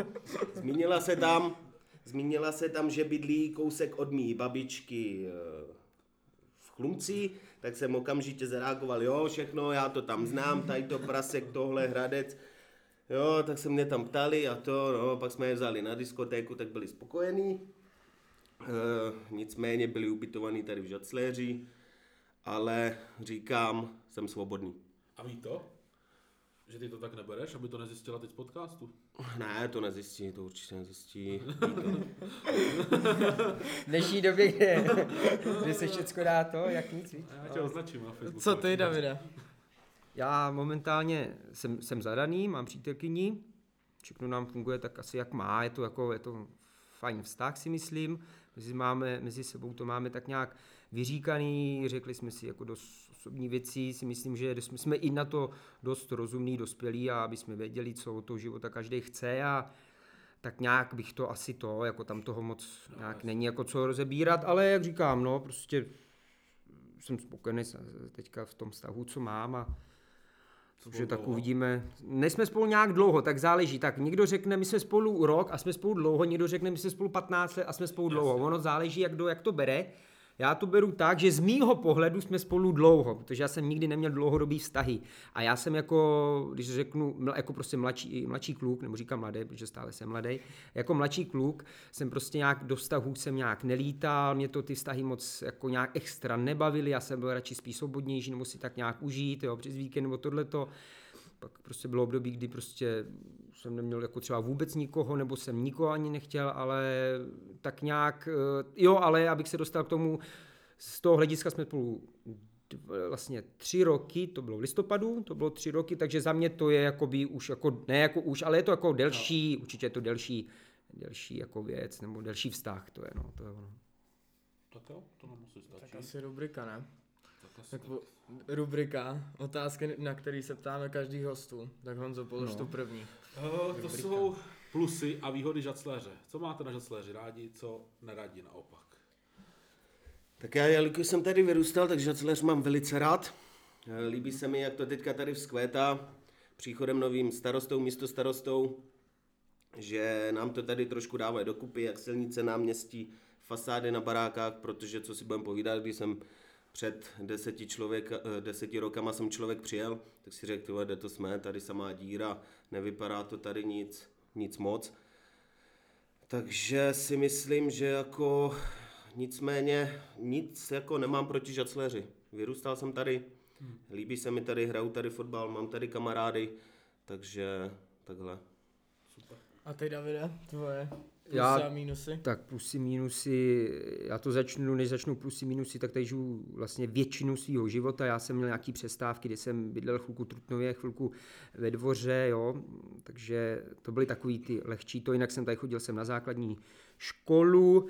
Zmínila se tam, že bydlí kousek od mý babičky v Chlumci, tak jsem okamžitě zareagoval, jo, všechno, já to tam znám, tady to Prasek, tohle Hradec, jo, tak se mě tam ptali a to, no, pak jsme je vzali na diskotéku, tak byli spokojení, nicméně byli ubytovaní tady v Žacléři, ale říkám, jsem svobodný. A ví to? Že ty to tak nebereš, aby to nezjistila teď z podcastu? Ne, to nezjistí, to určitě nezjistí. V dnešní době, kde se všecko dá to, jak nic, víš? Já tě označím na Facebooku. Co ty, Davide? Já momentálně jsem zadaný, mám přítelkyni, všechno nám funguje tak asi jak má, je to fajn vztah, si myslím. Mezi sebou to máme tak nějak vyříkaný, řekli jsme si jako dost osobní věcí, si myslím, že jsme i na to dost rozumní, dospělí a aby jsme věděli, co od toho života každý chce a tak nějak bych to asi jako tam toho moc nějak není jako co rozebírat, ale jak říkám, no prostě jsem spokojený teďka v tom vztahu, co mám a že tak uvidíme. Nejsme spolu nějak dlouho, tak záleží. Tak někdo řekne, my jsme spolu rok a jsme spolu dlouho, někdo řekne, my jsme spolu 15 let a jsme spolu dlouho. Ono záleží, jak to bere. Já to beru tak, že z mýho pohledu jsme spolu dlouho, protože já jsem nikdy neměl dlouhodobý vztahy. A já jsem jako, když řeknu, jako prostě mladší kluk, nebo říkám mladý, protože stále jsem mladý, jako mladší kluk jsem prostě nějak do vztahů jsem nějak nelítal, mě to ty vztahy moc jako nějak extra nebavily, já jsem byl radši spíš svobodnější, nebo si tak nějak užít, jo, přes víkend nebo tohleto. Pak prostě bylo období, kdy prostě jsem neměl jako třeba vůbec nikoho, nebo jsem nikoho ani nechtěl, ale tak nějak, ale abych se dostal k tomu, z toho hlediska jsme spolu vlastně 3 roky, to bylo v listopadu, to bylo 3 roky, takže za mě to je jakoby už jako, ne jako už, ale je to jako delší, určitě je to delší jako věc, nebo delší vztah, to je ono. Tak jo, to nám musí stačit. Tak asi rubrika, ne? Tak Rubrika, otázky, na které se ptáme každý hostů. Tak Honzo, polož tu první. To jsou plusy a výhody žacléře. Co máte na žacléři rádi, co nerádi naopak? Tak já, jelikož jsem tady vyrůstal, tak žacléř mám velice rád. Líbí se mi, jak to teďka tady vzkvétá příchodem novým starostou, místostarostou, že nám to tady trošku dávají dokupy, jak silnice, náměstí, fasády na barákách, protože co si budeme povídat, když jsem před 10 rokama jsem člověk přijel, tak si řekl, kde to jsme, tady samá díra, nevypadá to tady nic moc. Takže si myslím, že jako nicméně nic jako nemám proti žacléři. Vyrůstal jsem tady, líbí se mi tady, hraju tady fotbal, mám tady kamarády, takže takhle. Super. A ty, Davide, tvoje plusy a mínusy? Tak plusy, mínusy, já to než začnu plusy, mínusy, tak tady žiju vlastně většinu svého života. Já jsem měl nějaký přestávky, kdy jsem bydlel chvilku v Trutnově, chvilku ve Dvoře, jo, takže to byly takový ty lehčí, to jinak jsem tady chodil jsem na základní školu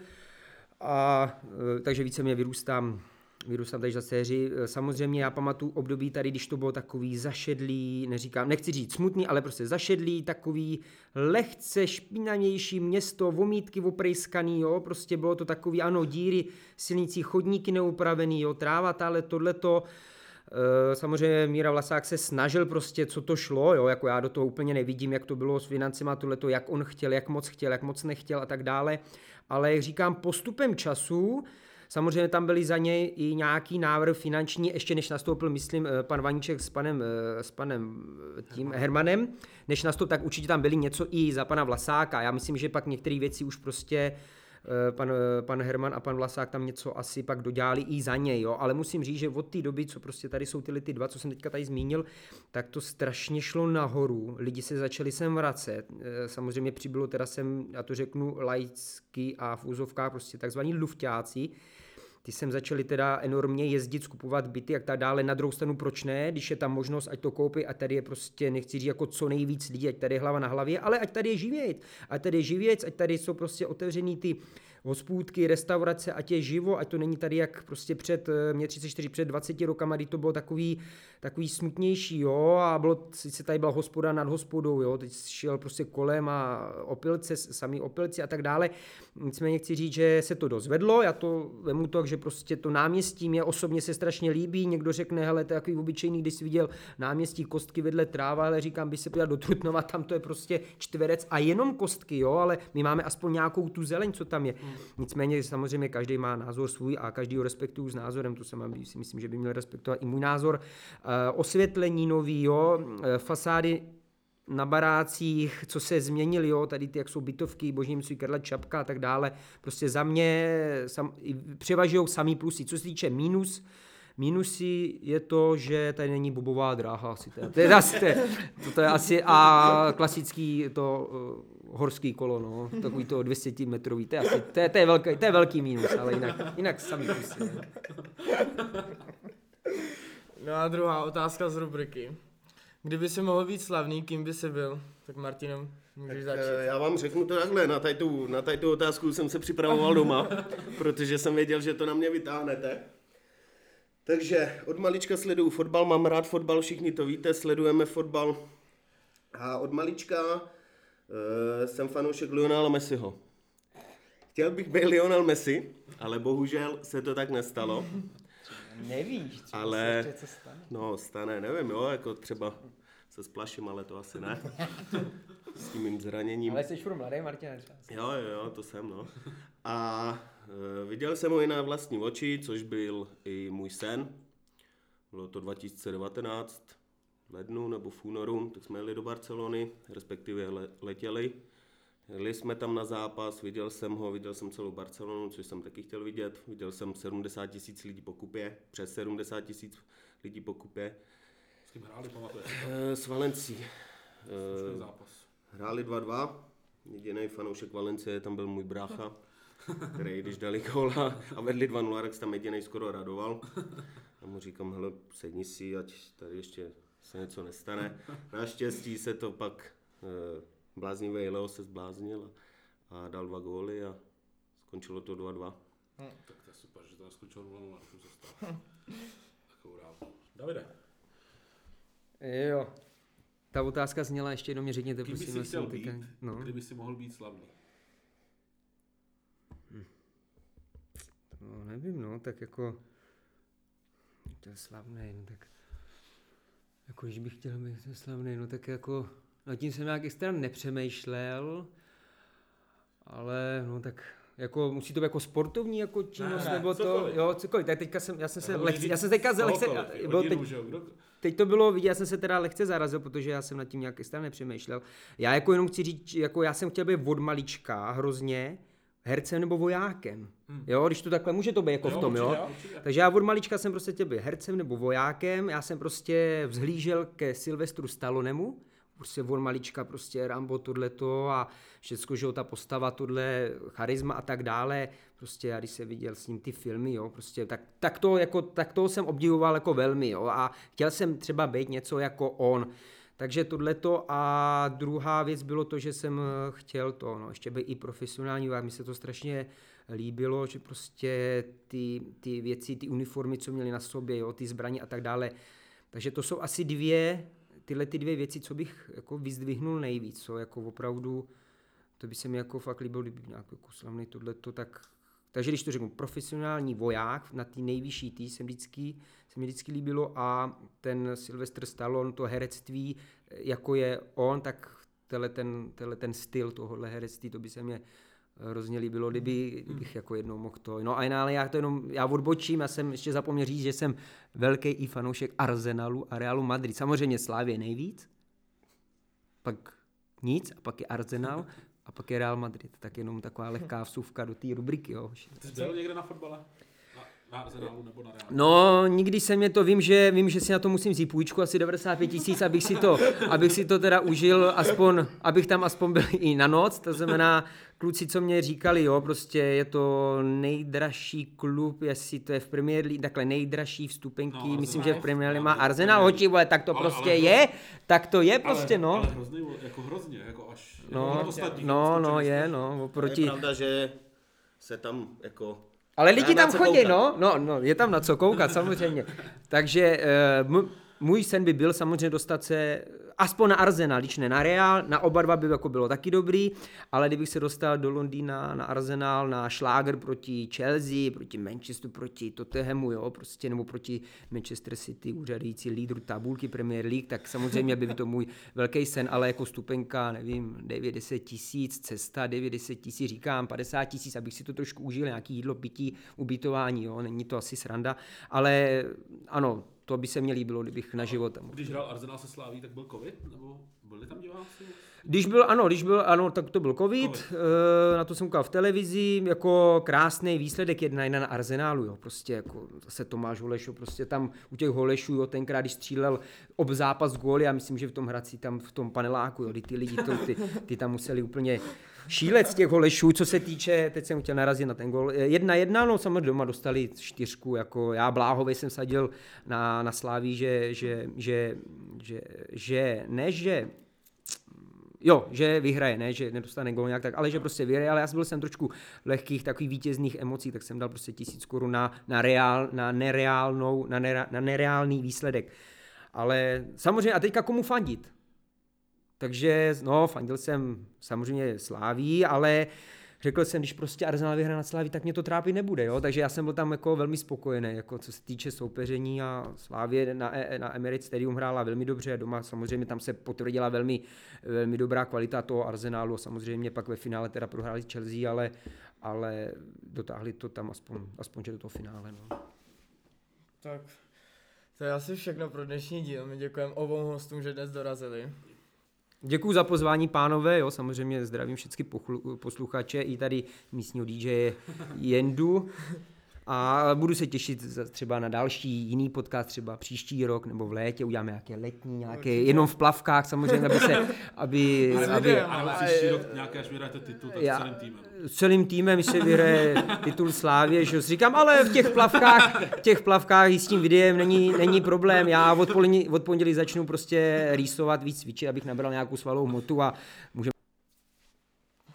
a takže víceméně vyrůstám tady za dceři. Samozřejmě já pamatuju období tady, když to bylo takový zašedlý, nechci říct smutný, ale prostě zašedlý, takový lehce špinavější město, vomítky oprejskaný, jo, prostě bylo to takový, ano, díry, silnicí, chodníky neupravený, jo, tráva, tohleto. Samozřejmě Míra Vlasák se snažil prostě, co to šlo, jo, jako já do toho úplně nevidím, jak to bylo s financema, tohleto, jak on chtěl, jak moc nechtěl a tak dále, ale jak říkám, postupem času samozřejmě tam byly za něj i nějaký návrh finanční, ještě než nastoupil, myslím, pan Vaníček s panem tím Hermanem, než nastoupil, tak určitě tam byly něco i za pana Vlasáka. Já myslím, že pak některé věci už prostě pan Herman a pan Vlasák tam něco asi pak dodělali i za něj, jo. Ale musím říct, že od té doby, co prostě tady jsou ty 2, co jsem teďka tady zmínil, tak to strašně šlo nahoru. Lidi se začali sem vracet. Samozřejmě přibylo teda sem, já to řeknu laicky a v úzovkách prostě takzvaní lufťáci. Ty sem začali teda enormně jezdit, skupovat byty a tak dále. Na druhou stranu proč ne, když je tam možnost, ať to koupí, a tady je prostě, nechci říct jako co nejvíc lidí, ať tady je hlava na hlavě, ale ať tady je živěc, ať tady jsou prostě otevřený ty hospůdky, restaurace, ať je živo, ať to není tady jak prostě mě 34 před 20 rokama, kdy to bylo takový smutnější, jo, a sice tady byla hospoda nad hospodou, jo, teď šel prostě kolem a sami opilci a tak dále. Nicméně chci říct, že se to dozvedlo, já to vemu tak, že prostě to náměstí mě osobně se strašně líbí, někdo řekne, hele, to je takový obyčejný, když jsi viděl náměstí, kostky vedle tráva, ale říkám, by se podívat do Trutnova, tam to je prostě čtverec a jenom kostky, jo, ale my máme aspoň nějakou tu zeleň, co tam je. Nicméně samozřejmě každý má názor svůj a každý ho respektuju s názorem, to si myslím, že by měl respektovat i můj názor. Osvětlení nový, jo, fasády na barácích, co se změnily, jo, tady ty, jak jsou bytovky, Božnímců, Karla Čapka a tak dále, prostě za mě převažují samý plusy. Co se týče minusy je to, že tady není bobová dráha, to je asi a klasický to horský kolo, no, takový to 200 metrový, to je velký mínus, ale jinak samý plusy. No a druhá otázka z rubriky. Kdyby si mohl být slavný, kým by si byl? Tak Martinem, můžeš začít. Já vám řeknu to takhle, na tu otázku jsem se připravoval doma, protože jsem věděl, že to na mě vytáhnete. Takže od malička sleduju fotbal, mám rád fotbal, všichni to víte, sledujeme fotbal. A od malička jsem fanoušek Lionela Messiho. Chtěl bych být Lionel Messi, ale bohužel se to tak nestalo. Nevíš, ale se co stane. No, stane, nevím, jo, jako třeba se splaším, ale to asi ne. S tím mým zraněním. Ale jsi furt mladý, Martin. Jo, to jsem, no. A viděl jsem ho i na vlastní oči, což byl i můj sen. Bylo to 2019, v lednu nebo v únoru, tak jsme jeli do Barcelony, respektive letěli. Jeli jsme tam na zápas, viděl jsem celou Barcelonu, což jsem taky chtěl vidět. Viděl jsem 70 000 lidí po kupě, přes 70 000 lidí po kupě. S kým hráli, pamatuješ? S Valencí. Zápas. Hráli 2-2. Jediný fanoušek Valencie tam byl můj brácha, který když dali góla a vedli 2-0, tak se tam jedinej skoro radoval. A mu říkám, hele, sedni si, ať tady ještě se něco nestane. Naštěstí se to pak bláznivý Leo se zbláznil a dal 2 góly a skončilo to 2-2. Tak to je super, že to neskončilo 0-0, už se stalo. Takovou rád. Davide. Jo. Ta otázka zněla, ještě jenom mě řekněte, Kým by prosím. si chtěl být, no. kdyby si mohl být slavný? No, nevím, no, tak jako chtěl slavnej, no tak jako, když bych chtěl být slavnej, no tak jako nad tím jsem nějak extra nepřemýšlel, ale no tak jako musí to být jako sportovní jako činnost, ne, nebo cokoliv. to, jo, cokoliv, tak teďka jsem teď to bylo vidět, já jsem se teda lehce zarazil, protože já jsem nad tím nějak extra nepřemýšlel. Já jako jenom chci říct, jako já jsem chtěl být od malička hrozně hercem nebo vojákem. Jo, když to takhle může to být jako v tom, určitě. Takže já od malička jsem prostě chtěl být hercem nebo vojákem, já jsem prostě vzhlížel ke Sylvestru Stallonemu, prostě od malička prostě Rambo tohleto a všecko, že ta postava, tohle charisma a tak dále, prostě já když se viděl s ním ty filmy, jo, prostě tak toho jsem obdivoval jako velmi, jo, a chtěl jsem třeba být něco jako on. Takže tohleto a druhá věc bylo to, že jsem chtěl to, no, ještě být i profesionální, a mi se to strašně líbilo, že prostě ty věci, ty uniformy, co měli na sobě, jo, ty zbraně a tak dále. Takže to jsou asi tyhle dvě věci, co bych jako vyzdvihnul nejvíc, co jako opravdu, to by se mi jako fakt líbilo, kdyby nějak jako slavný tohleto, takže když to řeknu, profesionální voják na té nejvyšší se mi vždycky líbilo a ten Sylvester Stallone, to herectví, jako je on, tak ten styl tohohle herectví, to by se mě hrozně líbilo, kdybych jako jednou mohl to. No ale já odbočím, já jsem ještě zapomněl říct, že jsem velký i fanoušek Arsenalu a Realu Madrid. Samozřejmě Slavie nejvíc, pak nic a pak je Arsenal a pak je Real Madrid. Tak jenom taková lehká vsuvka do té rubriky. Jo. Ty jsi byl někde na fotbale? Na Arsenalu nebo na Realu? No, nikdy jsem mě to, vím, že si na to musím vzít půjčku, asi 95 000, abych si to teda užil, abych tam aspoň byl i na noc, to znamená, kluci, co mě říkali, jo, prostě je to nejdražší klub, jestli to je v Premier League, takhle nejdražší vstupenky, no, myslím, že v Premier League má Arsenal, hoči, vole, tak to prostě je, tak to je prostě, no. Ale hrozně, jako až ostatní. Je, oproti. Je pravda, že se tam jako... Ale lidi tam chodí, no, je tam na co koukat, samozřejmě. Takže můj sen by byl samozřejmě dostat se aspoň na Arsenal, když ne na Real, na oba dva by jako bylo taky dobrý, ale kdybych se dostal do Londýna na Arsenal, na šláger proti Chelsea, proti Manchesteru, proti Tottenhamu, jo, prostě, nebo proti Manchester City, úřadující lídru tabulky Premier League, tak samozřejmě by to můj velký sen, ale jako stupenka, nevím, 90 000, cesta 90 000, říkám 50 000, abych si to trošku užil, nějaký jídlo, pití, ubytování, jo, není to asi sranda, ale ano, to by se mně líbilo, kdybych na život tam. Když hrál Arsenal se Slaví, tak byl covid? Nebo byli tam diváci? Když byl, tak to byl covid. Na to jsem koukal v televizi, jako krásný výsledek 1-1 na Arsenálu, jo, prostě jako zase Tomáš Holeš, prostě tam u těch Holešů, jo, tenkrát, když střílel zápas góly, já myslím, že v tom Hradci, tam v tom paneláku, jo, ty lidi, ty tam museli úplně šílet z těch Holešů, co se týče, teď jsem chtěl narazit na ten gól, 1-1, no samozřejmě doma dostali 4, jako já Bláhovej jsem sadil na Slávii, že vyhraje, ne, že nedostane gól nějak tak, ale že prostě vyhraje, ale já byl jsem trošku lehkých takových vítězných emocí, tak jsem dal prostě 1000 korun na nereálný výsledek. Ale samozřejmě, a teďka komu fandit? Takže, fandil jsem samozřejmě Slávii, ale řekl jsem, když prostě Arsenal vyhraje na Slávii, tak mě to trápit nebude, jo? Takže já jsem byl tam jako velmi spokojený, jako co se týče soupeření a Slávie na Emirates Stadium hrála velmi dobře, doma samozřejmě tam se potvrdila velmi, velmi dobrá kvalita toho Arsenalu, samozřejmě pak ve finále teda prohráli Chelsea, ale dotáhli to tam aspoň že do toho finále, no. Tak, to je asi všechno pro dnešní díl, my děkujeme obou hostům, že dnes dorazili. Děkuju za pozvání, pánové, jo, samozřejmě zdravím všechny posluchače i tady místního DJ Jendu a budu se těšit třeba na další jiný podcast, třeba příští rok nebo v létě, uděláme nějaké jenom v plavkách samozřejmě, aby příští rok nějaké, až vyhrajete titul, tak celým týmem. Celým týmem se vyhraje titul Slávie, že říkám, ale v těch plavkách i s tím videem není problém. Já od pondělí začnu prostě rýsovat, víc cvičit, abych nabral nějakou svalovou hmotu a můžeme